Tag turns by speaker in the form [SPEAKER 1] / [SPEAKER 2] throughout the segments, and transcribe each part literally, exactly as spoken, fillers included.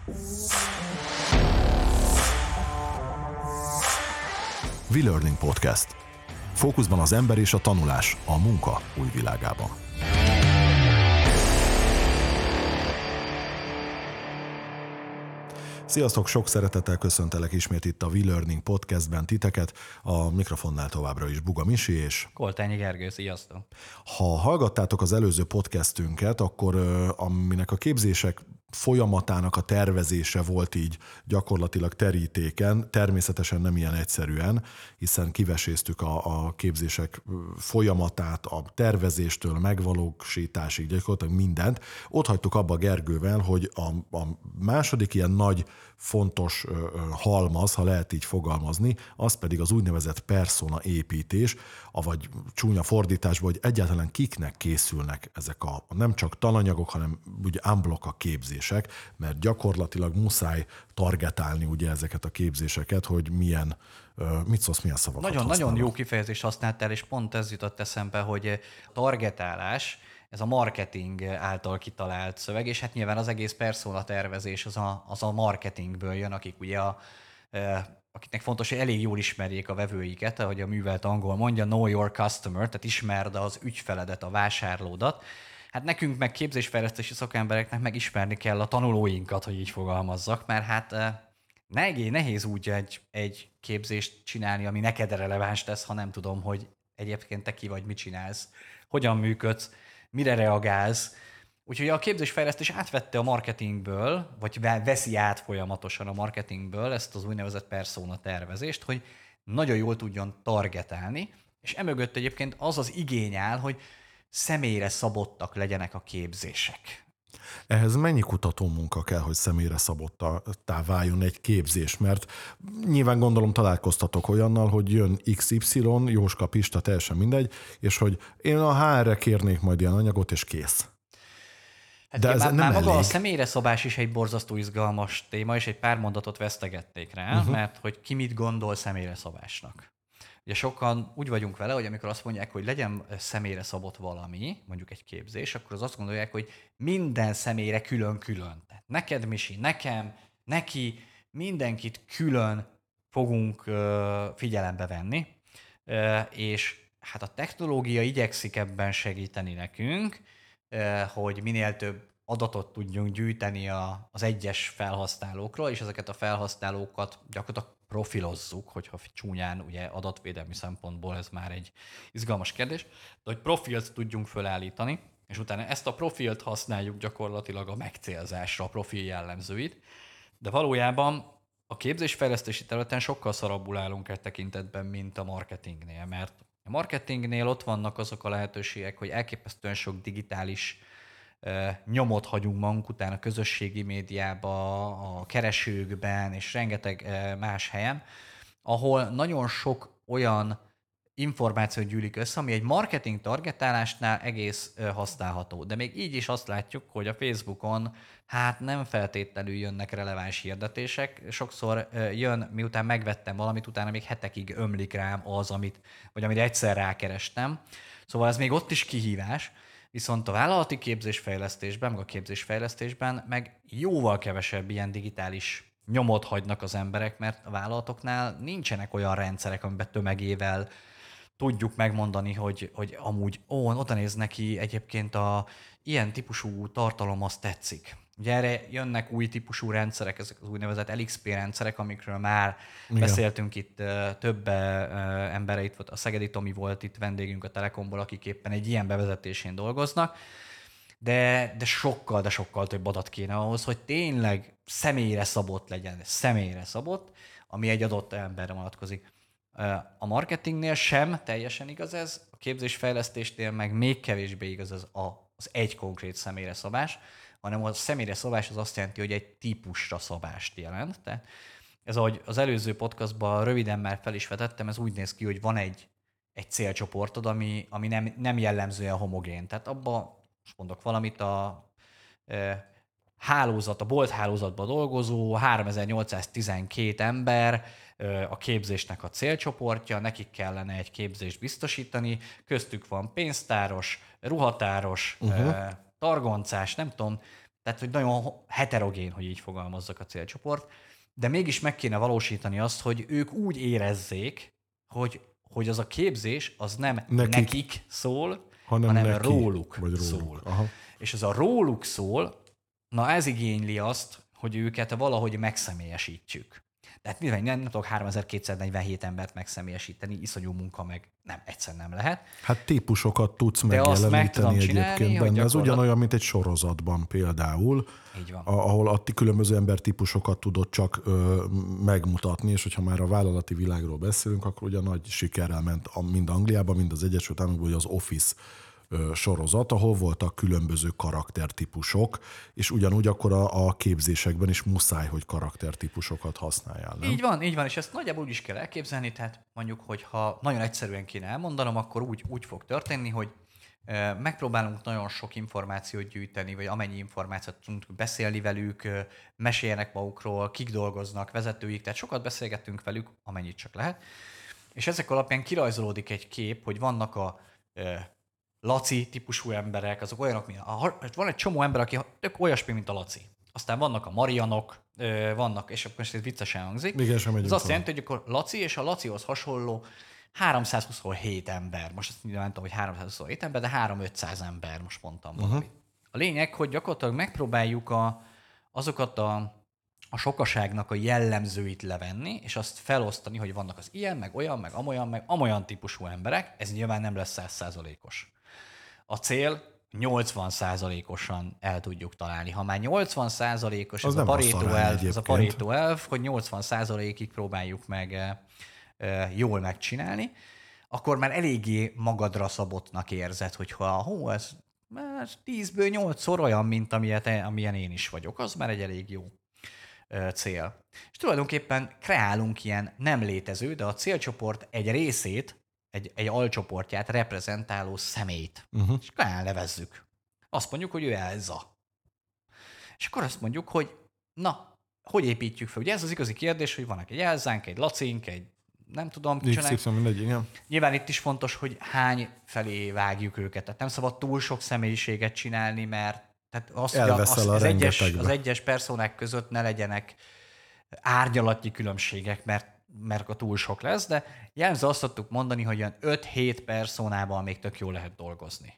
[SPEAKER 1] WeLearning Podcast. Fókuszban az ember és a tanulás a munka új világában. Sziasztok, sok szeretettel köszöntelek ismét itt a WeLearning Podcastben titeket. A mikrofonnál továbbra is Buga Misi és
[SPEAKER 2] Koltányi Gergő, sziasztok!
[SPEAKER 1] Ha hallgattátok az előző podcastünket, akkor aminek a képzések folyamatának a tervezése volt így gyakorlatilag terítéken, természetesen nem ilyen egyszerűen, hiszen kiveséztük a, a képzések folyamatát, a tervezéstől megvalósításig, gyakorlatilag mindent. Ott hagytuk abba Gergővel, hogy a, a második ilyen nagy, fontos ö, halmaz, ha lehet így fogalmazni, az pedig az úgynevezett persona építés, avagy csúnya fordításban, hogy egyáltalán kiknek készülnek ezek a nem csak tananyagok, hanem ugye unblock a képzések, mert gyakorlatilag muszáj targetálni ugye ezeket a képzéseket, hogy milyen, mit szólsz, milyen szavakat
[SPEAKER 2] Nagyon,
[SPEAKER 1] használok.
[SPEAKER 2] nagyon jó kifejezést használtál, és pont ez jutott eszembe, hogy targetálás, ez a marketing által kitalált szöveg, és hát nyilván az egész persona tervezés az a, az a marketingből jön, akik ugye a, akiknek fontos, hogy elég jól ismerjék a vevőiket, ahogy a művelt angol mondja, know your customer, tehát ismerd az ügyfeledet, a vásárlódat. Hát nekünk meg képzésfejlesztési szakembereknek meg ismerni kell a tanulóinkat, hogy így fogalmazzak, mert hát nehéz, nehéz úgy egy, egy képzést csinálni, ami neked releváns lesz, ha nem tudom, hogy egyébként te ki vagy, mit csinálsz, hogyan működsz, mire reagálsz. Úgyhogy a képzésfejlesztés átvette a marketingből, vagy veszi át folyamatosan a marketingből ezt az úgynevezett persona tervezést, hogy nagyon jól tudjon targetálni, és emögött egyébként az az igény áll, hogy személyre szabottak legyenek a képzések.
[SPEAKER 1] Ehhez mennyi kutatómunka kell, hogy személyre szabottá váljon egy képzés? Mert nyilván gondolom találkoztatok olyannal, hogy jön iksz ipszilon, Jóska, Pista, teljesen mindegy, és hogy én a há erre kérnék majd ilyen anyagot, és kész.
[SPEAKER 2] Hát
[SPEAKER 1] de
[SPEAKER 2] igen,
[SPEAKER 1] ez
[SPEAKER 2] már,
[SPEAKER 1] nem
[SPEAKER 2] már maga
[SPEAKER 1] elég.
[SPEAKER 2] a személyre szabás is egy borzasztó izgalmas téma, és egy pár mondatot vesztegették rá, uh-huh. mert hogy ki mit gondol személyre szabásnak. Ugye sokan úgy vagyunk vele, hogy amikor azt mondják, hogy legyen személyre szabott valami, mondjuk egy képzés, akkor az azt gondolják, hogy minden személyre külön-külön. Tehát neked, Misi, nekem, neki, mindenkit külön fogunk figyelembe venni, és hát a technológia igyekszik ebben segíteni nekünk, hogy minél több adatot tudjunk gyűjteni a, az egyes felhasználókról, és ezeket a felhasználókat gyakorlatilag profilozzuk, hogyha csúnyán ugye adatvédelmi szempontból ez már egy izgalmas kérdés, de hogy profilt tudjunk fölállítani, és utána ezt a profilt használjuk gyakorlatilag a megcélzásra, a profil jellemzőit, de valójában a képzésfejlesztési területen sokkal szarabbul állunk egy tekintetben, mint a marketingnél, mert a marketingnél ott vannak azok a lehetőségek, hogy elképesztően sok digitális nyomot hagyunk magunk után a közösségi médiába, a keresőkben és rengeteg más helyen, ahol nagyon sok olyan információ gyűlik össze, ami egy marketing targetálásnál egész használható. De még így is azt látjuk, hogy a Facebookon hát nem feltétlenül jönnek releváns hirdetések. Sokszor jön, miután megvettem valamit, utána még hetekig ömlik rám az, amit, vagy amire egyszer rákerestem. Szóval ez még ott is kihívás. Viszont a vállalati képzésfejlesztésben, meg a képzésfejlesztésben meg jóval kevesebb ilyen digitális nyomot hagynak az emberek, mert a vállalatoknál nincsenek olyan rendszerek, amiben tömegével tudjuk megmondani, hogy, hogy amúgy ó, oda néz neki egyébként a ilyen típusú tartalom, az tetszik. Ugye erre jönnek új típusú rendszerek, ezek az úgynevezett el iksz pé rendszerek, amikről már igen. beszéltünk itt több embere, itt volt, a Szegedi Tomi volt itt vendégünk a Telekomból, akik éppen egy ilyen bevezetésén dolgoznak, de, de sokkal, de sokkal több adat kéne ahhoz, hogy tényleg személyre szabott legyen, személyre szabott, ami egy adott emberre vonatkozik. A marketingnél sem teljesen igaz ez, a képzésfejlesztésnél meg még kevésbé igaz ez az egy konkrét személyre szabás, hanem a személyre szabás az azt jelenti, hogy egy típusra szabást jelent. Tehát ez, ahogy az előző podcastban röviden már fel is vetettem, ez úgy néz ki, hogy van egy, egy célcsoportod, ami, ami nem, nem jellemzően homogén. Tehát abban, most mondok valamit, a e, hálózat, a bolt hálózatban dolgozó háromezer-nyolcszáztizenkét ember, e, a képzésnek a célcsoportja, nekik kellene egy képzést biztosítani, köztük van pénztáros, ruhatáros, uh-huh. e, targoncás, nem tudom, Tehát, hogy nagyon heterogén, hogy így fogalmazzak a célcsoport, de mégis meg kéne valósítani azt, hogy ők úgy érezzék, hogy, hogy az a képzés az nem nekik, nekik szól, hanem, hanem neki, róluk,
[SPEAKER 1] róluk
[SPEAKER 2] szól.
[SPEAKER 1] Aha.
[SPEAKER 2] És az a róluk szól, na ez igényli azt, hogy őket valahogy megszemélyesítsük. Tehát mivel nem, nem tudok háromezer-kétszáznegyvenhét embert megszemélyesíteni, iszonyú munka meg nem, egyszer nem lehet.
[SPEAKER 1] Hát típusokat tudsz megjeleníteni egyébként benne. Ez ugyanolyan, mint egy sorozatban például,
[SPEAKER 2] így van.
[SPEAKER 1] ahol a különböző embertípusokat tudod csak ö, megmutatni, és hogyha már a vállalati világról beszélünk, akkor ugye nagy sikerrel ment mind Angliában, mind az Egyesült Államokban, hogy az Office sorozat, ahol voltak különböző karaktertípusok, és ugyanúgy akkor a, a képzésekben is muszáj, hogy karaktertípusokat használjál, nem?
[SPEAKER 2] Így van, így van, és ezt nagyjából úgy is kell elképzelni, tehát mondjuk, hogyha nagyon egyszerűen kéne elmondanom, akkor úgy, úgy fog történni, hogy megpróbálunk nagyon sok információt gyűjteni, vagy amennyi információt tudunk beszélni velük, meséljenek magukról, kik dolgoznak, vezetőik, tehát sokat beszélgetünk velük, amennyit csak lehet, és ezek alapján kirajzolódik egy kép, hogy vannak a Laci típusú emberek, azok olyanok, mint a, van egy csomó ember, aki tök olyasmi, mint a Laci. Aztán vannak a Marianok, vannak, és akkor most ez viccesen hangzik.
[SPEAKER 1] Igen, sem ez
[SPEAKER 2] azt jelenti, hogy akkor Laci és a Lacihoz hasonló háromszázhuszonhét ember. Most azt nem tudom, hogy háromszázhuszonhét ember, de három-ötszáz ember, most mondtam valamit. Uh-huh. A lényeg, hogy gyakorlatilag megpróbáljuk a, azokat a, a sokaságnak a jellemzőit levenni, és azt felosztani, hogy vannak az ilyen, meg olyan, meg amolyan, meg amolyan típusú emberek. Ez nyilván nem lesz száz százalékos. A cél nyolcvan százalékosan el tudjuk találni. Ha már nyolcvan százalékos ez a Pareto elv, ez a Pareto elv, hogy nyolcvan százalékig próbáljuk meg e, e, jól megcsinálni, akkor már eléggé magadra szabottnak érzed, hogyha hó, ez, ez tízből nyolcszor olyan, mint amilyet, amilyen én is vagyok. Az már egy elég jó e, cél. És tulajdonképpen kreálunk ilyen nem létező, de a célcsoport egy részét, Egy, egy alcsoportját reprezentáló személyt. Uh-huh. És akkor elnevezzük. Azt mondjuk, hogy ő Elza. És akkor azt mondjuk, hogy na, hogy építjük fel? Ugye ez az igazi kérdés, hogy vannak egy Elzánk, egy Lacink, egy nem tudom,
[SPEAKER 1] kicsonak. Mindegy, igen.
[SPEAKER 2] Nyilván itt is fontos, hogy hány felé vágjuk őket. Tehát nem szabad túl sok személyiséget csinálni, mert tehát az, hogy az, az, egyes, az egyes personák között ne legyenek árnyalatnyi különbségek, mert mert a túl sok lesz, de jellemző azt szoktuk mondani, hogy olyan öt-hét personával még tök jól lehet dolgozni.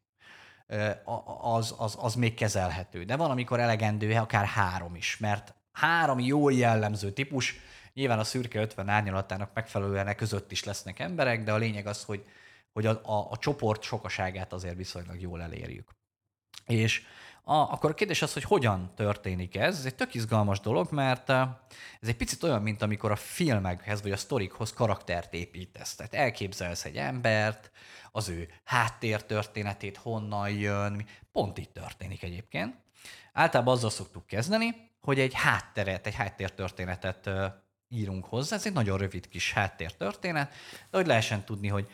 [SPEAKER 2] Az, az, az még kezelhető. De van, amikor elegendő, akár három is, mert három jól jellemző típus, nyilván a szürke ötven árnyalatának megfelelően között is lesznek emberek, de a lényeg az, hogy, hogy a, a, a csoport sokaságát azért viszonylag jól elérjük. És A, akkor a kérdés az, hogy hogyan történik ez. Ez egy tök izgalmas dolog, mert ez egy picit olyan, mint amikor a filmekhez vagy a sztorikhoz karaktert építesz. Tehát elképzelsz egy embert, az ő háttértörténetét, honnan jön, pont így történik egyébként. Általában azzal szoktuk kezdeni, hogy egy hátteret, egy háttértörténetet írunk hozzá. Ez egy nagyon rövid kis háttértörténet, de hogy lehessen tudni, hogy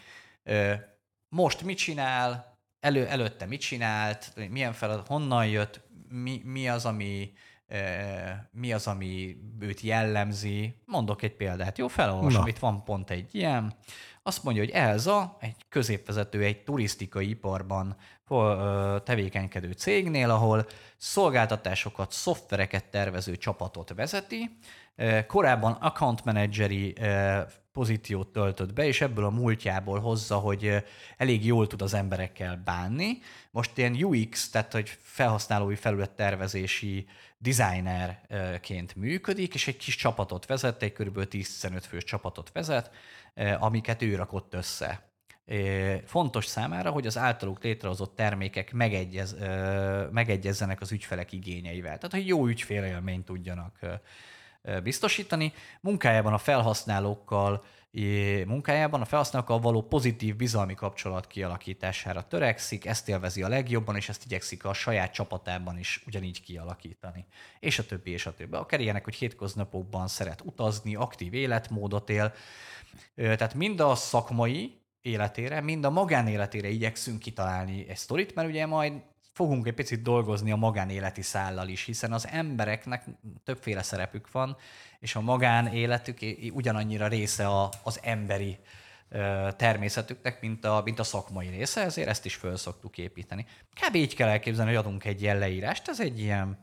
[SPEAKER 2] most mit csinál, Elő, előtte mit csinált, milyen feladat, honnan jött, mi, mi, az, ami, e, mi az, ami őt jellemzi. Mondok egy példát, jó, felolvasom, itt van pont egy ilyen. Azt mondja, hogy Elza, egy középvezető, egy turisztikai iparban tevékenykedő cégnél, ahol szolgáltatásokat, szoftvereket tervező csapatot vezeti. Korábban account manageri pozíciót töltött be, és ebből a múltjából hozza, hogy elég jól tud az emberekkel bánni. Most ilyen u iksz, tehát hogy felhasználói felülettervezési designerként működik, és egy kis csapatot vezet, egy kb. tíz-tizenöt fős csapatot vezet, amiket ő rakott össze. Fontos számára, hogy az általuk létrehozott termékek megegyez, megegyezzenek az ügyfelek igényeivel. Tehát, hogy jó ügyfélélményt tudjanak biztosítani. Munkájában a felhasználókkal, munkájában a felhasználókkal való pozitív bizalmi kapcsolat kialakítására törekszik, ezt élvezi a legjobban, és ezt igyekszik a saját csapatában is ugyanígy kialakítani. És a többi, és a többi. Akár ilyenek, hogy hétköznapokban szeret utazni, aktív életmódot él. Tehát mind a szakmai életére, mind a magánéletére igyekszünk kitalálni egy sztorit, mert ugye majd fogunk egy picit dolgozni a magánéleti szállal is, hiszen az embereknek többféle szerepük van, és a magánéletük ugyanannyira része a, az emberi természetüknek, mint a, mint a szakmai része, ezért ezt is föl szoktuk építeni. Kb. Így kell elképzelni, hogy adunk egy ilyen leírást, ez egy ilyen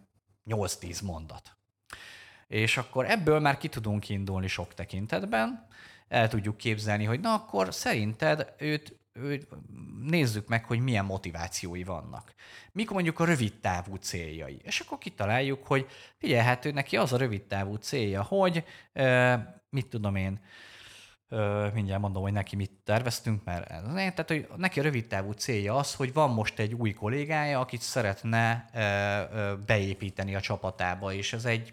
[SPEAKER 2] nyolc-tíz mondat. És akkor ebből már ki tudunk indulni sok tekintetben, el tudjuk képzelni, hogy na akkor szerinted őt, őt nézzük meg, hogy milyen motivációi vannak. Mik mondjuk a rövid távú céljai. És akkor kitaláljuk, hogy figyelj, hát ő neki az a rövid távú célja, hogy e, mit tudom én, e, mindjárt mondom, hogy neki mit terveztünk, mert ez, tehát, hogy neki a rövid távú célja az, hogy van most egy új kollégája, akit szeretne e, e, beépíteni a csapatába, és ez egy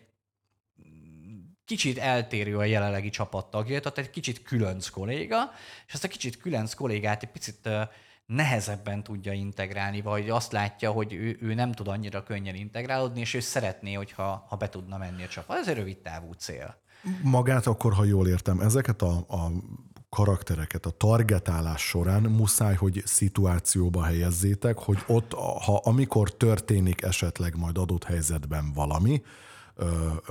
[SPEAKER 2] kicsit eltérő a jelenlegi csapattagja, tehát egy kicsit különc kolléga, és ezt a kicsit különc kollégát egy picit nehezebben tudja integrálni, vagy azt látja, hogy ő, ő nem tud annyira könnyen integrálódni, és ő szeretné, hogyha ha be tudna menni a csapat. Ez egy rövid távú cél.
[SPEAKER 1] Magát akkor, ha jól értem, ezeket a, a karaktereket a targetálás során muszáj, hogy szituációba helyezzétek, hogy ott, ha amikor történik esetleg majd adott helyzetben valami, ö, ö,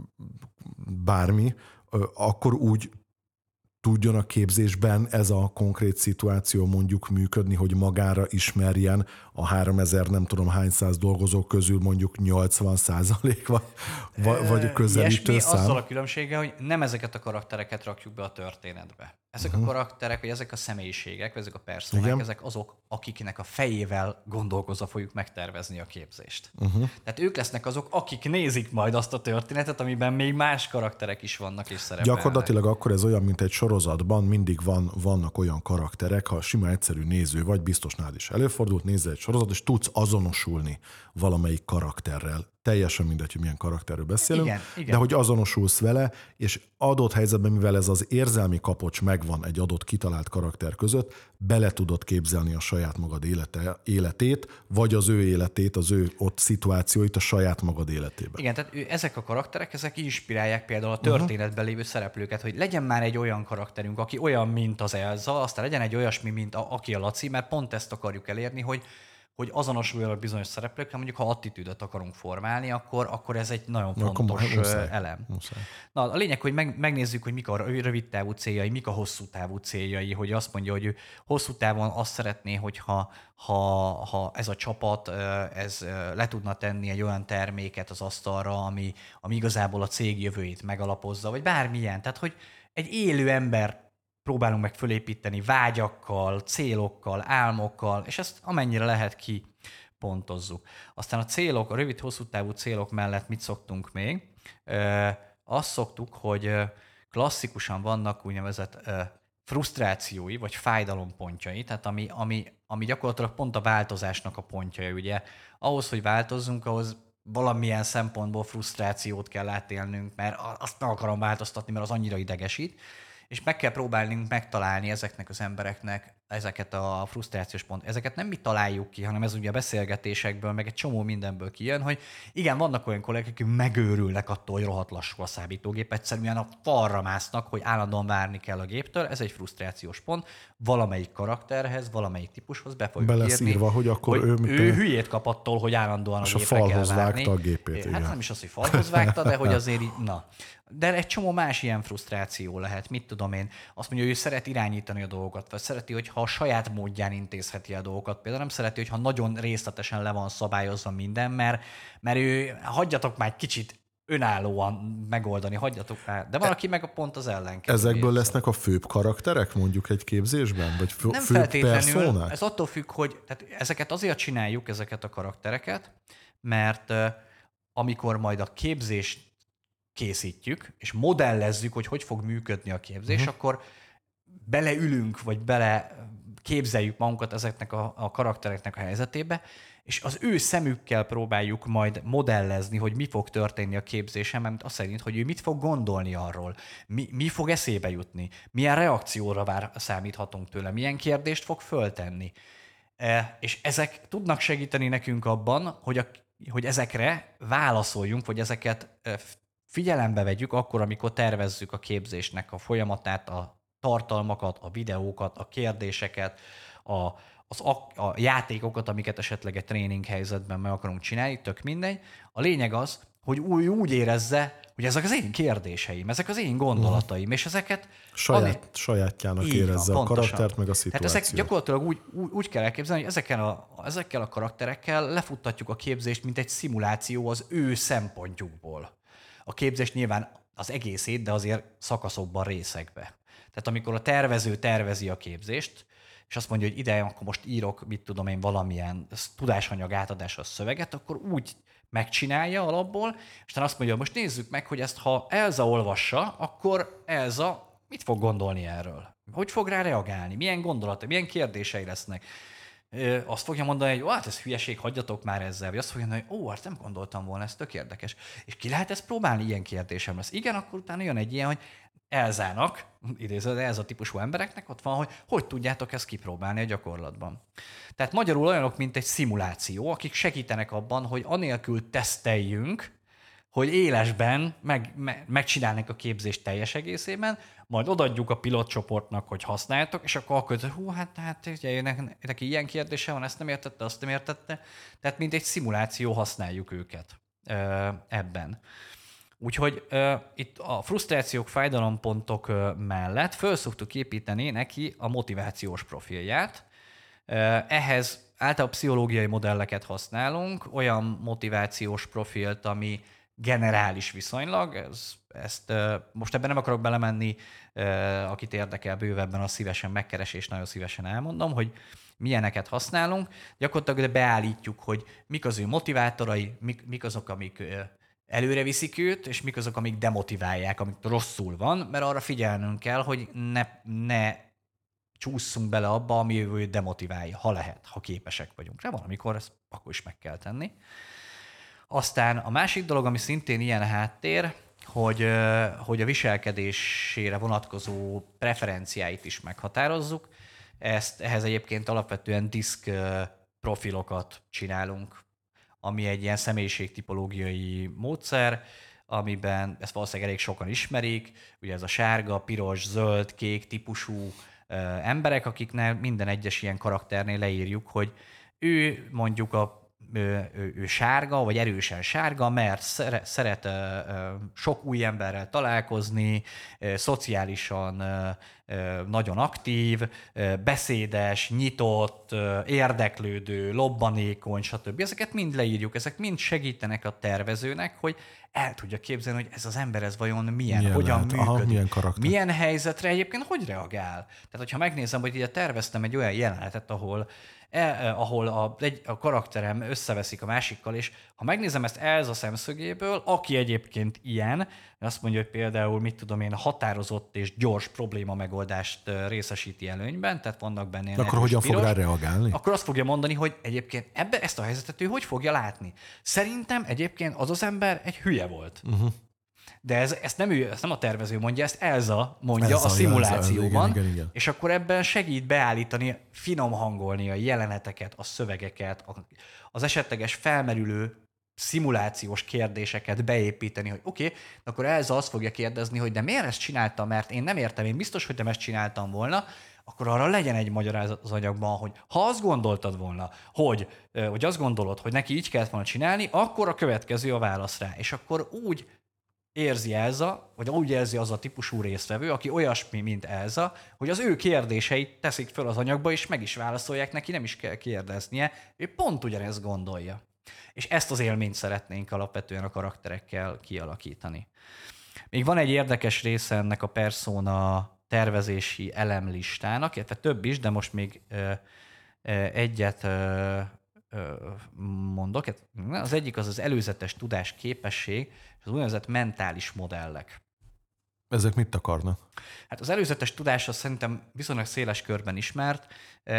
[SPEAKER 1] bármi, ö, akkor úgy tudjon a képzésben ez a konkrét szituáció mondjuk működni, hogy magára ismerjen a háromezer nem tudom hány száz dolgozó közül mondjuk nyolcvan százalék vagy, vagy közelítő
[SPEAKER 2] Ilyesmi,
[SPEAKER 1] szám.
[SPEAKER 2] azzal a különbséggel, hogy nem ezeket a karaktereket rakjuk be a történetbe. Ezek uh-huh. a karakterek, vagy ezek a személyiségek, vagy ezek a personák, igen. ezek azok, akiknek a fejével gondolkozva fogjuk megtervezni a képzést. Uh-huh. Tehát ők lesznek azok, akik nézik majd azt a történetet, amiben még más karakterek is vannak és szerepelnek.
[SPEAKER 1] Gyakorlatilag akkor ez olyan, mint egy sorozatban, mindig van, vannak olyan karakterek, ha sima egyszerű néző vagy, biztos nálad is előfordult, nézze egy sorozat, és tudsz azonosulni valamelyik karakterrel. Teljesen mindegy, hogy milyen karakterről beszélünk,
[SPEAKER 2] igen, igen.
[SPEAKER 1] de hogy azonosulsz vele, és adott helyzetben, mivel ez az érzelmi kapocs megvan egy adott kitalált karakter között, bele tudod képzelni a saját magad élete, életét, vagy az ő életét, az ő ott szituációit a saját magad életében.
[SPEAKER 2] Igen, tehát ezek a karakterek, ezek inspirálják például a történetben lévő szereplőket, hogy legyen már egy olyan karakterünk, aki olyan, mint az Elza, aztán legyen egy olyasmi, mint a, aki a Laci, mert pont ezt akarjuk elérni, hogy hogy azonosuljon a bizonyos szereplőkkel, mondjuk ha attitűdöt akarunk formálni, akkor, akkor ez egy nagyon fontos akkor muszáj, elem. Muszáj. Na, a lényeg, hogy meg, megnézzük, hogy mik a rövid távú céljai, mik a hosszú távú céljai, hogy azt mondja, hogy ő hosszú távon azt szeretné, hogyha ha, ha ez a csapat ez le tudna tenni egy olyan terméket az asztalra, ami, ami igazából a cég jövőjét megalapozza, vagy bármilyen. Tehát, hogy egy élő ember próbálunk meg fölépíteni vágyakkal, célokkal, álmokkal, és ezt amennyire lehet kipontozzuk. Aztán a célok, a rövid-hosszú távú célok mellett mit szoktunk még? Azt szoktuk, hogy klasszikusan vannak úgynevezett frusztrációi, vagy fájdalompontjai, tehát ami, ami, ami gyakorlatilag pont a változásnak a pontjai. Ugye ahhoz, hogy változzunk, ahhoz valamilyen szempontból frusztrációt kell átélnünk, mert azt nem akarom változtatni, mert az annyira idegesít, és meg kell próbálnunk megtalálni ezeknek az embereknek ezeket a frusztrációs pont. Ezeket nem mi találjuk ki, hanem ez ugye a beszélgetésekből, meg egy csomó mindenből kijön, hogy igen, vannak olyan kollégák, akik megőrülnek attól, hogy rohadt lassú a számítógép, egyszerűen a falra másznak, hogy állandóan várni kell a géptől, ez egy frusztrációs pont. Valamelyik karakterhez, valamelyik típushoz be fogjuk
[SPEAKER 1] be lesz
[SPEAKER 2] írni,
[SPEAKER 1] írva, hogy akkor
[SPEAKER 2] hogy
[SPEAKER 1] ő,
[SPEAKER 2] ő hülyét kap attól, hogy állandóan
[SPEAKER 1] és
[SPEAKER 2] a gépre kell várni.
[SPEAKER 1] És a falhoz vágta a gépét.
[SPEAKER 2] Hát
[SPEAKER 1] igen.
[SPEAKER 2] nem is az, hogy falhoz vágta, de hogy azért így, na. De egy csomó más ilyen frusztráció lehet, mit tudom én. Azt mondja, hogy ő szeret irányítani a dolgokat, vagy szereti, hogyha a saját módján intézheti a dolgokat. Például nem szereti, hogyha nagyon részletesen le van szabályozva minden, mert, mert ő, hagyjatok már egy kicsit önállóan megoldani, hagyjatok már. De valaki meg a pont az ellenkező.
[SPEAKER 1] Ezekből lesznek a főbb karakterek mondjuk egy képzésben? Vagy fő,
[SPEAKER 2] nem
[SPEAKER 1] főbb
[SPEAKER 2] feltétlenül.
[SPEAKER 1] Personák?
[SPEAKER 2] Ez attól függ, hogy tehát ezeket azért csináljuk, ezeket a karaktereket, mert uh, amikor majd a képzést készítjük, és modellezzük, hogy hogy fog működni a képzés, uh-huh. akkor beleülünk, vagy bele képzeljük magunkat ezeknek a, a karaktereknek a helyzetébe, és az ő szemükkel próbáljuk majd modellezni, hogy mi fog történni a képzésen, mert azt szerint, hogy ő mit fog gondolni arról, mi, mi fog eszébe jutni, milyen reakcióra vár, számíthatunk tőle, milyen kérdést fog föltenni. E, és ezek tudnak segíteni nekünk abban, hogy, a, hogy ezekre válaszoljunk, vagy ezeket figyelembe vegyük akkor, amikor tervezzük a képzésnek a folyamatát, a tartalmakat, a videókat, a kérdéseket, a, az a, a játékokat, amiket esetleg egy tréning helyzetben meg akarunk csinálni, tök mindegy. A lényeg az, hogy úgy, úgy érezze, hogy ezek az én kérdéseim, ezek az én gondolataim, és ezeket...
[SPEAKER 1] Saját,
[SPEAKER 2] ami,
[SPEAKER 1] sajátjának érezze van, a karaktert, meg a szituációt.
[SPEAKER 2] Tehát ezek gyakorlatilag úgy, úgy, úgy kell elképzelni, hogy ezekkel a, ezekkel a karakterekkel lefuttatjuk a képzést, mint egy szimuláció az ő szempontjukból. A képzést nyilván az egészét, de azért szakaszokban, részekbe. Tehát amikor a tervező tervezi a képzést, és azt mondja, hogy ide akkor most írok, mit tudom én, valamilyen tudásanyag átadásra szöveget, akkor úgy megcsinálja alapból, és aztán azt mondja, most nézzük meg, hogy ezt ha Elza olvassa, akkor Elza mit fog gondolni erről? Hogy fog rá reagálni? Milyen gondolatai, milyen kérdései lesznek? Ö, azt fogja mondani, hogy ó, hát ez hülyeség, hagyjatok már ezzel. Vagy azt fogja mondani, hogy ó, hát nem gondoltam volna, ez tök érdekes. És ki lehet ezt próbálni? Ilyen kérdésem lesz. Igen, akkor utána jön egy ilyen, hogy Elzának, idéződ, ez a típusú embereknek ott van, hogy hogy tudjátok ezt kipróbálni a gyakorlatban. Tehát magyarul olyanok, mint egy szimuláció, akik segítenek abban, hogy anélkül teszteljünk, hogy élesben meg, me, megcsinálnak a képzést teljes egészében, majd odaadjuk a pilotcsoportnak, hogy használjátok, és akkor akkor, hú, hát, hát ugye, neki ilyen kérdése van, ezt nem értette, azt nem értette. Tehát mint egy szimuláció használjuk őket ö, ebben. Úgyhogy uh, itt a frusztrációk, fájdalompontok uh, mellett föl szoktuk építeni neki a motivációs profilját. Uh, ehhez általában pszichológiai modelleket használunk, olyan motivációs profilt, ami generális viszonylag, ez, ezt uh, most ebben nem akarok belemenni, uh, akit érdekel bővebben, az szívesen megkeres, és nagyon szívesen elmondom, hogy milyeneket használunk. Gyakorlatilag beállítjuk, hogy mik az ő motivátorai, mik, mik azok, amik... Uh, előre viszik őt, és mik azok, amik demotiválják, amik rosszul van, mert arra figyelnünk kell, hogy ne, ne csúszunk bele abba, ami őt demotiválja, ha lehet, ha képesek vagyunk rá, valamikor ezt akkor is meg kell tenni. Aztán a másik dolog, ami szintén ilyen háttér, hogy, hogy a viselkedésére vonatkozó preferenciáit is meghatározzuk. Ezt, ehhez egyébként alapvetően diszk profilokat csinálunk, ami egy ilyen személyiségtipológiai módszer, amiben ezt valószínűleg elég sokan ismerik, ugye ez a sárga, piros, zöld, kék típusú ö, emberek, akiknél minden egyes ilyen karakternél leírjuk, hogy ő mondjuk a ő, ő, ő sárga, vagy erősen sárga, mert szere, szeret ö, ö, sok új emberrel találkozni, ö, szociálisan ö, ö, nagyon aktív, ö, beszédes, nyitott, ö, érdeklődő, lobbanékony, stb. Ezeket mind leírjuk, ezek mind segítenek a tervezőnek, hogy el tudja képzelni, hogy ez az ember ez vajon milyen, milyen hogyan lehet, működik, aha, milyen, milyen helyzetre egyébként hogy reagál. Tehát, hogyha megnézem, hogy ide terveztem egy olyan jelenetet, ahol Eh, ahol a, egy, a karakterem összeveszik a másikkal, és ha megnézem ezt Elza szemszögéből, aki egyébként ilyen, azt mondja, hogy például, mit tudom én, határozott és gyors probléma megoldást részesíti előnyben, tehát vannak benne ilyen
[SPEAKER 1] akkor hogyan piros, fog rá reagálni?
[SPEAKER 2] Akkor azt fogja mondani, hogy egyébként ebbe ezt a helyzetet ő hogy fogja látni. Szerintem egyébként az az ember egy hülye volt. Uh-huh. De ez, ezt, nem ő, ezt nem a tervező mondja, ezt Elza mondja Elza, a szimulációban, Elza, igen, igen. És akkor ebben segít beállítani, finom hangolni a jeleneteket, a szövegeket, az esetleges felmerülő szimulációs kérdéseket beépíteni, hogy oké, okay, akkor Elza azt fogja kérdezni, hogy de miért ezt csináltam, mert én nem értem, én biztos, hogy nem ezt csináltam volna, akkor arra legyen egy magyarázat az anyagban, hogy ha azt gondoltad volna, hogy, hogy azt gondolod, hogy neki így kellett volna csinálni, akkor a következő a válasz rá. És akkor úgy érzi Elza, vagy úgy érzi az a típusú résztvevő, aki olyasmi, mint Elza, hogy az ő kérdéseit teszik föl az anyagba, és meg is válaszolják neki, nem is kell kérdeznie, ő pont ugyanezt gondolja. És ezt az élményt szeretnénk alapvetően a karakterekkel kialakítani. Még van egy érdekes része ennek a persona tervezési elemlistának, illetve több is, de most még ö, ö, egyet ö, ö, mondok. Az egyik az az előzetes tudás képesség, az úgynevezett mentális modellek.
[SPEAKER 1] Ezek mit akarnak?
[SPEAKER 2] Hát az előzetes tudás az szerintem viszonylag széles körben ismert.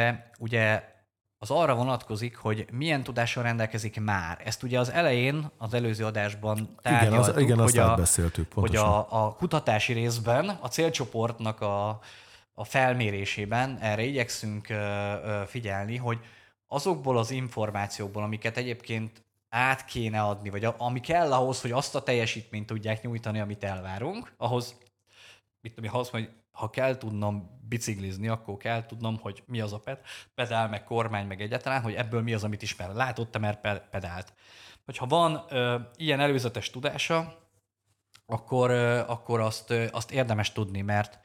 [SPEAKER 2] Ugye az arra vonatkozik, hogy milyen tudással rendelkezik már. Ezt ugye az elején, az előző adásban tárgyaltuk,
[SPEAKER 1] igen, az, igen,
[SPEAKER 2] hogy, a,
[SPEAKER 1] hogy
[SPEAKER 2] a, a kutatási részben a célcsoportnak a, a felmérésében erre igyekszünk figyelni, hogy azokból az információkból, amiket egyébként át kéne adni, vagy ami kell ahhoz, hogy azt a teljesítményt tudják nyújtani, amit elvárunk, ahhoz, mit tudom, ha azt mondja, ha kell tudnom biciklizni, akkor kell tudnom, hogy mi az a pedál, meg kormány, meg egyáltalán, hogy ebből mi az, amit ismer. Látott-e már pedált? hogyha van ö, ilyen előzetes tudása, akkor, ö, akkor azt, ö, azt érdemes tudni, mert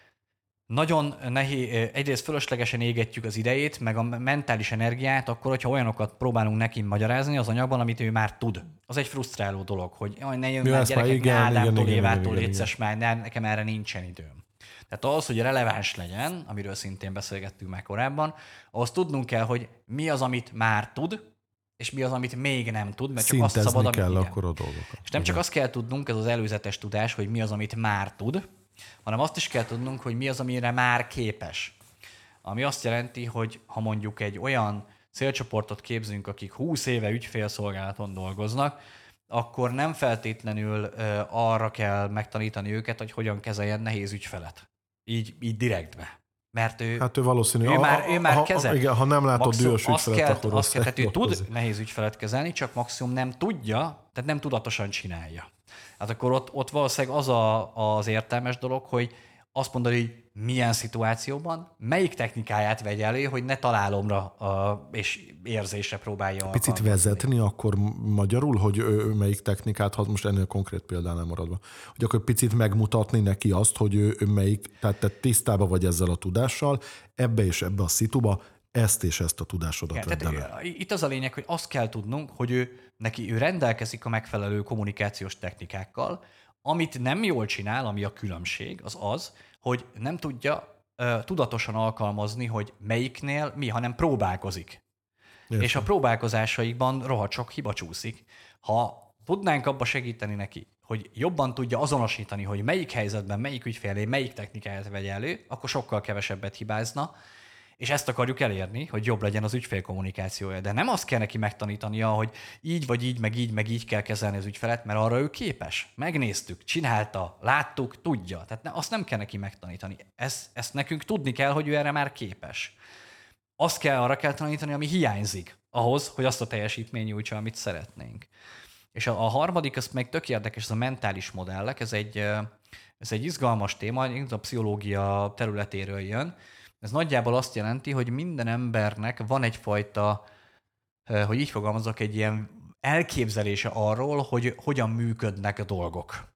[SPEAKER 2] nagyon nehéz, egyrészt fölöslegesen égetjük az idejét, meg a mentális energiát, akkor, hogyha olyanokat próbálunk neki magyarázni az anyagban, amit ő már tud. Az egy frusztráló dolog, hogy jaj, ne jön
[SPEAKER 1] Ja,
[SPEAKER 2] már
[SPEAKER 1] ezt már
[SPEAKER 2] gyerekek,
[SPEAKER 1] igen,
[SPEAKER 2] ne Ádámtól,
[SPEAKER 1] igen, igen,
[SPEAKER 2] Évától,
[SPEAKER 1] igen, igen,
[SPEAKER 2] létszes már, ne, nekem erre nincsen időm. Tehát az, hogy releváns legyen, amiről szintén beszélgettünk már korábban, ahhoz tudnunk kell, hogy mi az, amit már tud, és mi az, amit még nem tud, mert csak azt szabad, amit
[SPEAKER 1] kell
[SPEAKER 2] igen.
[SPEAKER 1] akkor a dolgokat.
[SPEAKER 2] És nem csak azt kell tudnunk, ez az előzetes tudás, hogy mi az, amit már tud, hanem azt is kell tudnunk, hogy mi az, amire már képes. Ami azt jelenti, hogy ha mondjuk egy olyan célcsoportot képzünk, akik húsz éve ügyfélszolgálaton dolgoznak, akkor nem feltétlenül uh, arra kell megtanítani őket, hogy hogyan kezeljen nehéz ügyfelet. Így, így direktbe. Mert ő,
[SPEAKER 1] hát ő valószínű,
[SPEAKER 2] ő
[SPEAKER 1] a,
[SPEAKER 2] már, ő már
[SPEAKER 1] ha,
[SPEAKER 2] kezel.
[SPEAKER 1] Igen, ha nem látod
[SPEAKER 2] Maximum
[SPEAKER 1] dühös ügyfelet,
[SPEAKER 2] kell,
[SPEAKER 1] akkor
[SPEAKER 2] azt kell, tehát ő tud
[SPEAKER 1] dolgozik.
[SPEAKER 2] nehéz ügyfelet kezelni, csak maximum nem tudja, tehát nem tudatosan csinálja. Hát akkor ott, ott valószínűleg az a, az értelmes dolog, hogy azt mondani, hogy milyen szituációban, melyik technikáját vegye elő, hogy ne találomra a, és érzésre próbálja
[SPEAKER 1] Picit
[SPEAKER 2] alkalmazni.
[SPEAKER 1] vezetni akkor magyarul, hogy ő, ő melyik technikát, ha most ennél konkrét példánál maradva, hogy akkor picit megmutatni neki azt, hogy ő, ő melyik, tehát te tisztában vagy ezzel a tudással, ebbe és ebbe a szituba ezt és ezt a tudásodat
[SPEAKER 2] Igen,
[SPEAKER 1] vedd elő.
[SPEAKER 2] tehát itt az a lényeg, hogy azt kell tudnunk, hogy ő, neki ő rendelkezik a megfelelő kommunikációs technikákkal, amit nem jól csinál, ami a különbség, az az, hogy nem tudja uh, tudatosan alkalmazni, hogy melyiknél mi, hanem próbálkozik. Értem. És a próbálkozásaikban rohadt sok hiba csúszik. Ha tudnánk abba segíteni neki, hogy jobban tudja azonosítani, hogy melyik helyzetben, melyik ügyfélé, melyik technikáját vegye elő, akkor sokkal kevesebbet hibázna, és ezt akarjuk elérni, hogy jobb legyen az ügyfélkommunikációja. De nem azt kell neki megtanítania, hogy így vagy így, meg így, meg így kell kezelni az ügyfelet, mert arra ő képes. Megnéztük, csinálta, láttuk, tudja. Tehát ne, azt nem kell neki megtanítani. Ezt, ezt nekünk tudni kell, hogy ő erre már képes. Azt kell, arra kell tanítani, ami hiányzik ahhoz, hogy azt a teljesítmény nyújtsa, amit szeretnénk. És a, a harmadik, az meg tök érdekes, ez a mentális modellek, ez egy, ez egy izgalmas téma, a pszichológia területéről jön. Ez nagyjából azt jelenti, hogy minden embernek van egyfajta, hogy így fogalmazok, egy ilyen elképzelése arról, hogy hogyan működnek a dolgok.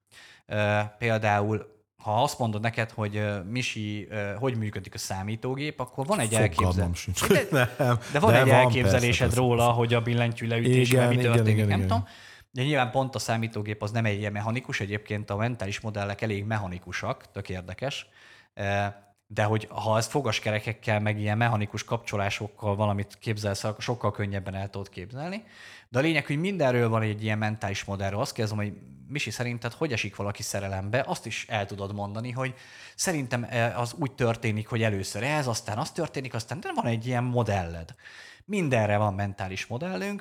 [SPEAKER 2] Például, ha azt mondod neked, hogy Misi, hogy működik a számítógép, akkor van egy elképzelés. De, de van de egy van, elképzelésed persze, róla, persze. Hogy a billentyű leütésével mi történik, igen, nem igen. tudom. De nyilván pont a számítógép az nem egy ilyen mechanikus, egyébként a mentális modellek elég mechanikusak, tök érdekes. De hogy ha ezt fogaskerekekkel, meg ilyen mechanikus kapcsolásokkal valamit képzelsz, akkor sokkal könnyebben el tudod képzelni. De a lényeg, hogy mindenről van egy ilyen mentális modellről. Azt kérdezem, hogy Misi, szerinted hogy esik valaki szerelembe? Azt is el tudod mondani, hogy szerintem az úgy történik, hogy először ez, aztán az történik, aztán de van egy ilyen modelled. Mindenre van mentális modellünk.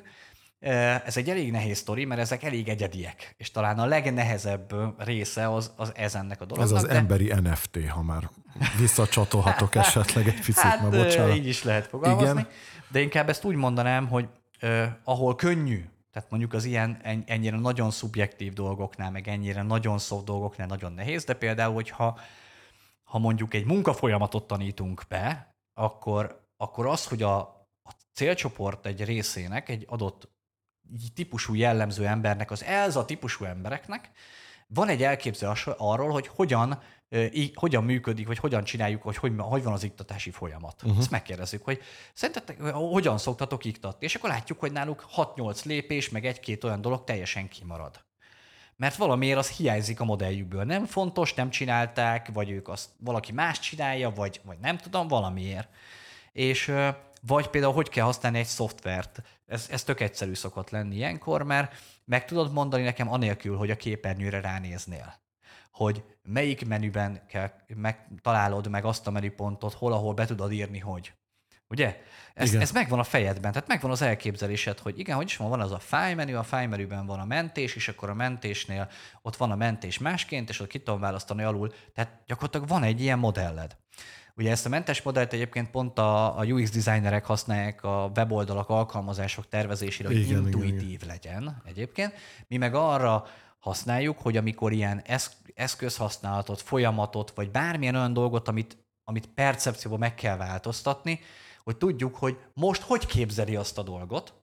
[SPEAKER 2] Ez egy elég nehéz sztori, mert ezek elég egyediek, és talán a legnehezebb része az, az ez ennek a dolognak.
[SPEAKER 1] Ez az
[SPEAKER 2] de...
[SPEAKER 1] emberi en ef té, ha már visszacsatolhatok esetleg egy picit,
[SPEAKER 2] hát,
[SPEAKER 1] már bocsánat.
[SPEAKER 2] így is lehet fogalmazni,
[SPEAKER 1] igen.
[SPEAKER 2] De inkább ezt úgy mondanám, hogy eh, ahol könnyű, tehát mondjuk az ilyen ennyire nagyon szubjektív dolgoknál, meg ennyire nagyon soft dolgoknál nagyon nehéz, de például, hogyha ha mondjuk egy munkafolyamatot tanítunk be, akkor, akkor az, hogy a, a célcsoport egy részének, egy adott típusú jellemző embernek, az ez a típusú embereknek van egy elképzelés arról, hogy hogyan, í, hogyan működik, vagy hogyan csináljuk, hogy hogy, hogy van az iktatási folyamat. Uh-huh. Ezt megkérdezzük, hogy szerintetek hogyan szoktatok iktatni, és akkor látjuk, hogy náluk hat-nyolc lépés, meg egy-két olyan dolog teljesen kimarad. Mert valamiért az hiányzik a modelljükből. Nem fontos, nem csinálták, vagy ők azt valaki más csinálja, vagy, vagy nem tudom, valamiért. És vagy például, hogy kell használni egy szoftvert. Ez, ez tök egyszerű szokott lenni ilyenkor, mert meg tudod mondani nekem anélkül, hogy a képernyőre ránéznél. Hogy melyik menüben kell, meg, találod meg azt a menüpontot, hol, ahol be tudod írni, hogy. Ugye? Ez, ez megvan a fejedben, tehát megvan az elképzelésed, hogy igen, hogy is van, van az a file menü, a file menüben van a mentés, és akkor a mentésnél ott van a mentés másként, és ott ki tudom választani alul. Tehát gyakorlatilag van egy ilyen modelled. Ugye ezt a mentes modellt egyébként pont a, a u iksz designerek használják a weboldalak, alkalmazások tervezésére, hogy igen, intuitív igen, igen. legyen egyébként. Mi meg arra használjuk, hogy amikor ilyen eszközhasználatot, folyamatot, vagy bármilyen olyan dolgot, amit, amit percepcióban meg kell változtatni, hogy tudjuk, hogy most hogy képzeli azt a dolgot,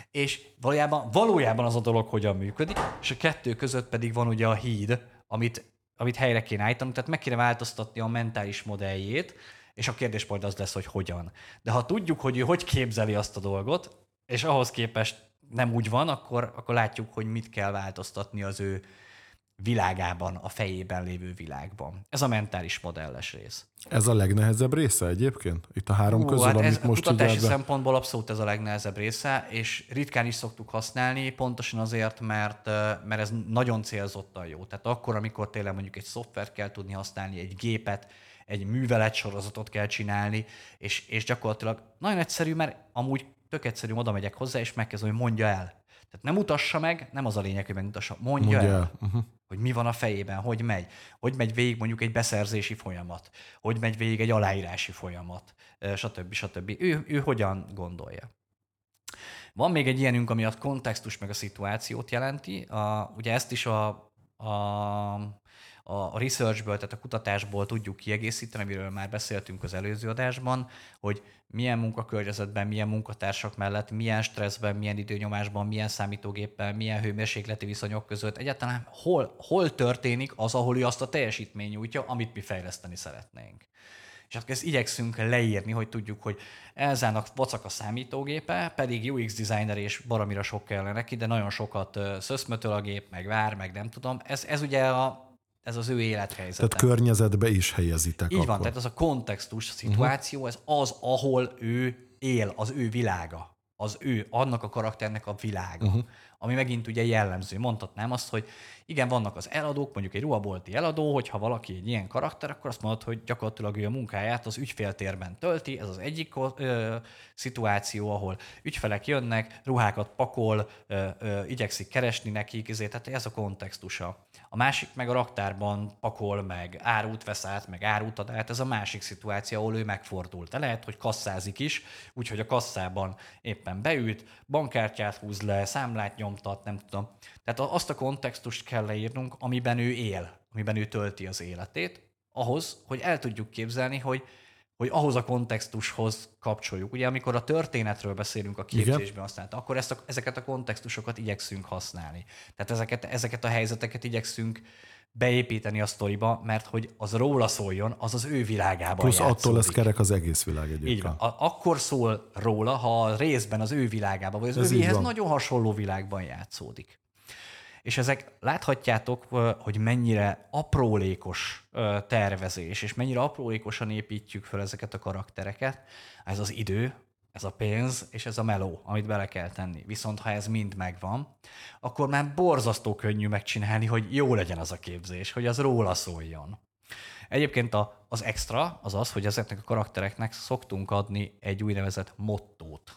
[SPEAKER 2] És valójában, valójában az a dolog hogyan működik, és a kettő között pedig van ugye a híd, amit, amit helyre kéne állítani, tehát meg kéne változtatni a mentális modelljét, és a kérdés majd az lesz, hogy hogyan. De ha tudjuk, hogy ő hogy képzeli azt a dolgot, és ahhoz képest nem úgy van, akkor, akkor látjuk, hogy mit kell változtatni az ő világában, a fejében lévő világban. Ez a mentális modelles rész.
[SPEAKER 1] Ez a legnehezebb része egyébként? Itt a három Hú, közül, hát amit
[SPEAKER 2] ez
[SPEAKER 1] most
[SPEAKER 2] kutatási
[SPEAKER 1] be...
[SPEAKER 2] szempontból abszolút ez a legnehezebb része, és ritkán is szoktuk használni, pontosan azért, mert, mert ez nagyon célzottan jó. Tehát akkor, amikor tényleg mondjuk egy szoftvert kell tudni használni, egy gépet, egy műveletsorozatot kell csinálni, és, és gyakorlatilag nagyon egyszerű, mert amúgy tök egyszerű, oda megyek hozzá, és megkezdem, hogy mondja el. Tehát nem mutassa meg, nem az a lényeg, hogy megmutassa, mondja, mondja el, el. Uh-huh. hogy mi van a fejében, hogy megy. Hogy megy végig mondjuk egy beszerzési folyamat, hogy megy végig egy aláírási folyamat, stb. stb. Ő, ő hogyan gondolja. Van még egy ilyenünk, ami a kontextus meg a szituációt jelenti. A, ugye ezt is a, a a researchből, tehát a kutatásból tudjuk kiegészíteni, amiről már beszéltünk az előző adásban, hogy milyen munkakörnyezetben, milyen munkatársak mellett, milyen stresszben, milyen időnyomásban, milyen számítógéppel, milyen hőmérsékleti viszonyok között, egyáltalán hol, hol történik az, ahol ő azt a teljesítmény nyújtja, amit mi fejleszteni szeretnénk. És akkor ezt igyekszünk leírni, hogy tudjuk, hogy Elzának vacak a számítógépe, pedig u iksz designer és baromira sok kellene neki, de nagyon sokat szöszmötöl a gép, meg vár, meg nem tudom. Ez, ez ugye a Ez az ő élethelyzete.
[SPEAKER 1] Tehát környezetbe is helyezitek.
[SPEAKER 2] Így
[SPEAKER 1] akkor.
[SPEAKER 2] van, tehát az a kontextus, a szituáció, ez az, ahol ő él, az ő világa. Az ő, annak a karakternek a világa. Uh-huh. Ami megint ugye jellemző. Mondhatnám azt, hogy igen, vannak az eladók, mondjuk egy ruhabolti eladó, hogyha valaki egy ilyen karakter, akkor azt mondod, hogy gyakorlatilag ő a munkáját az ügyféltérben tölti. Ez az egyik ö, szituáció, ahol ügyfelek jönnek, ruhákat pakol, ö, ö, igyekszik keresni nekik, ezért, tehát ez a kontextusa. A másik meg a raktárban pakol, meg árut vesz át, meg árut ad át, ez a másik szituáció, ahol ő megfordult. De lehet, hogy kasszázik is, úgyhogy a kasszában éppen beült, bankkártyát húz le, számlát nyomtat, nem tudom. Tehát azt a kontextust kell leírnunk, amiben ő él, amiben ő tölti az életét, ahhoz, hogy el tudjuk képzelni, hogy, hogy ahhoz a kontextushoz kapcsoljuk. Ugye amikor a történetről beszélünk a képzésben, aztán, akkor ezt a, ezeket a kontextusokat igyekszünk használni. Tehát ezeket, ezeket a helyzeteket igyekszünk beépíteni a sztoriba, mert hogy az róla szóljon, az az ő világában
[SPEAKER 1] Plusz
[SPEAKER 2] játszódik.
[SPEAKER 1] attól lesz kerek az egész világ egyébként.
[SPEAKER 2] Így van. A- akkor szól róla, ha a részben az ő világában, vagy az Ez övéhez nagyon hasonló világban játszódik. És ezek láthatjátok, hogy mennyire aprólékos tervezés, és mennyire aprólékosan építjük fel ezeket a karaktereket. Ez az idő, ez a pénz, és ez a meló, amit bele kell tenni. Viszont ha ez mind megvan, akkor már borzasztó könnyű megcsinálni, hogy jó legyen az a képzés, hogy az róla szóljon. Egyébként a, az extra az az, hogy ezeknek a karaktereknek szoktunk adni egy úgynevezett mottót.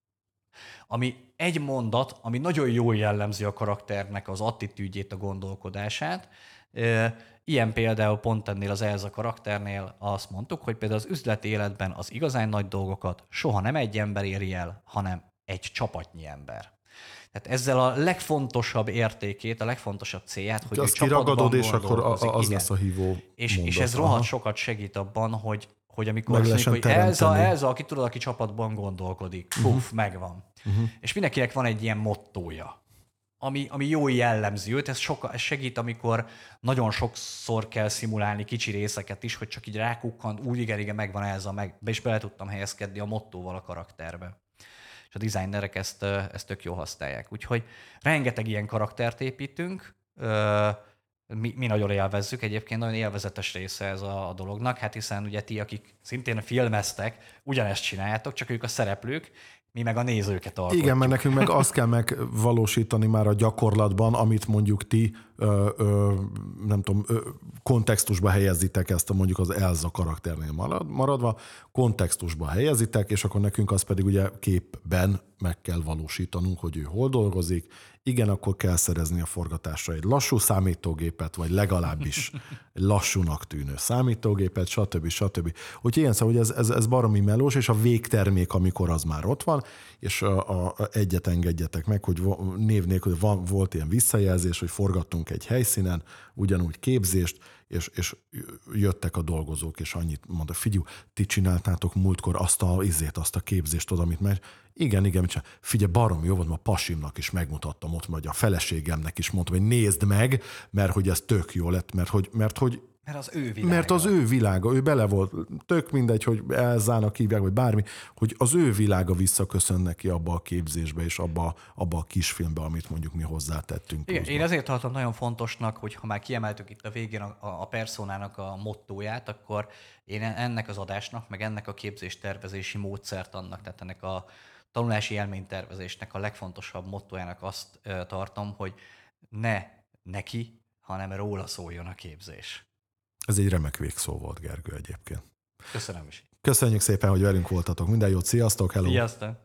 [SPEAKER 2] Ami egy mondat, ami nagyon jól jellemzi a karakternek az attitűdjét, a gondolkodását. Ilyen például pont ennél az Elza karakternél azt mondtuk, hogy például az üzleti életben az igazán nagy dolgokat soha nem egy ember éri el, hanem egy csapatnyi ember. Tehát ezzel a legfontosabb értékét, a legfontosabb célját, hogy ő csapatban
[SPEAKER 1] és akkor az lesz a hívó
[SPEAKER 2] és, és ez rohadt sokat segít abban, hogy hogy amikor
[SPEAKER 1] meg
[SPEAKER 2] azt mondjuk, hogy Elza, Elza, aki tudod, aki csapatban gondolkodik, puf, uh-huh. megvan. Uh-huh. És mindenkinek van egy ilyen mottója, ami, ami jó jellemző őt, ez, soka, ez segít, amikor nagyon sokszor kell szimulálni kicsi részeket is, hogy csak így rákukkant, úgy igen, igen, megvan Elza, meg, be is bele tudtam helyezkedni a mottóval a karakterbe. És a designerek ezt, ezt tök jól használják. Úgyhogy rengeteg ilyen karaktert építünk, Mi, mi nagyon élvezzük, egyébként nagyon élvezetes része ez a, a dolognak, hát hiszen ugye ti, akik szintén filmeztek, ugyanezt csináljátok, csak ők a szereplők, mi meg a nézőket alkotjuk.
[SPEAKER 1] Igen, mert nekünk meg azt kell megvalósítani már a gyakorlatban, amit mondjuk ti ö, ö, nem tudom, ö, kontextusba helyezitek ezt a mondjuk az Elza karakternél marad, maradva, kontextusba helyezitek, és akkor nekünk az pedig ugye képben meg kell valósítanunk, hogy ő hol dolgozik. Igen, akkor kell szerezni a forgatásra egy lassú számítógépet, vagy legalábbis egy lassúnak tűnő számítógépet, stb. stb. Úgyhogy ilyen szóval, hogy ez, ez, ez baromi melós, és a végtermék, amikor az már ott van, és a, a, a egyet engedjetek meg, hogy név nélkül van, volt ilyen visszajelzés, hogy forgattunk voltunk egy helyszínen, ugyanúgy képzést, és, és jöttek a dolgozók, és annyit mondta, figyelj, ti csináltátok múltkor azt a, izét, azt a képzést, oda, amit megy. Igen, igen, mit figyelj, barom jó volt, ma pasimnak is megmutattam ott, vagy a feleségemnek is mondtam, hogy nézd meg, mert hogy ez tök jó lett, mert hogy, mert hogy
[SPEAKER 2] Mert az ő világa.
[SPEAKER 1] Mert az ő világa, ő bele volt, tök mindegy, hogy Elzának hívják, vagy bármi, hogy az ő világa visszaköszön neki abba a képzésbe, és abba, abba a kisfilmbe, amit mondjuk mi hozzátettünk.
[SPEAKER 2] Igen, én ezért tartom nagyon fontosnak, hogy ha már kiemeltük itt a végén a, a personának a mottóját, akkor én ennek az adásnak, meg ennek a képzéstervezési módszertannak, tehát ennek a tanulási élménytervezésnek a legfontosabb mottójának azt tartom, hogy ne neki, hanem róla szóljon a képzés.
[SPEAKER 1] Ez egy remek végszó volt, Gergő, egyébként.
[SPEAKER 2] Köszönöm is.
[SPEAKER 1] Köszönjük szépen, hogy velünk voltatok. Minden jót, sziasztok, hello!
[SPEAKER 2] Sziasztok!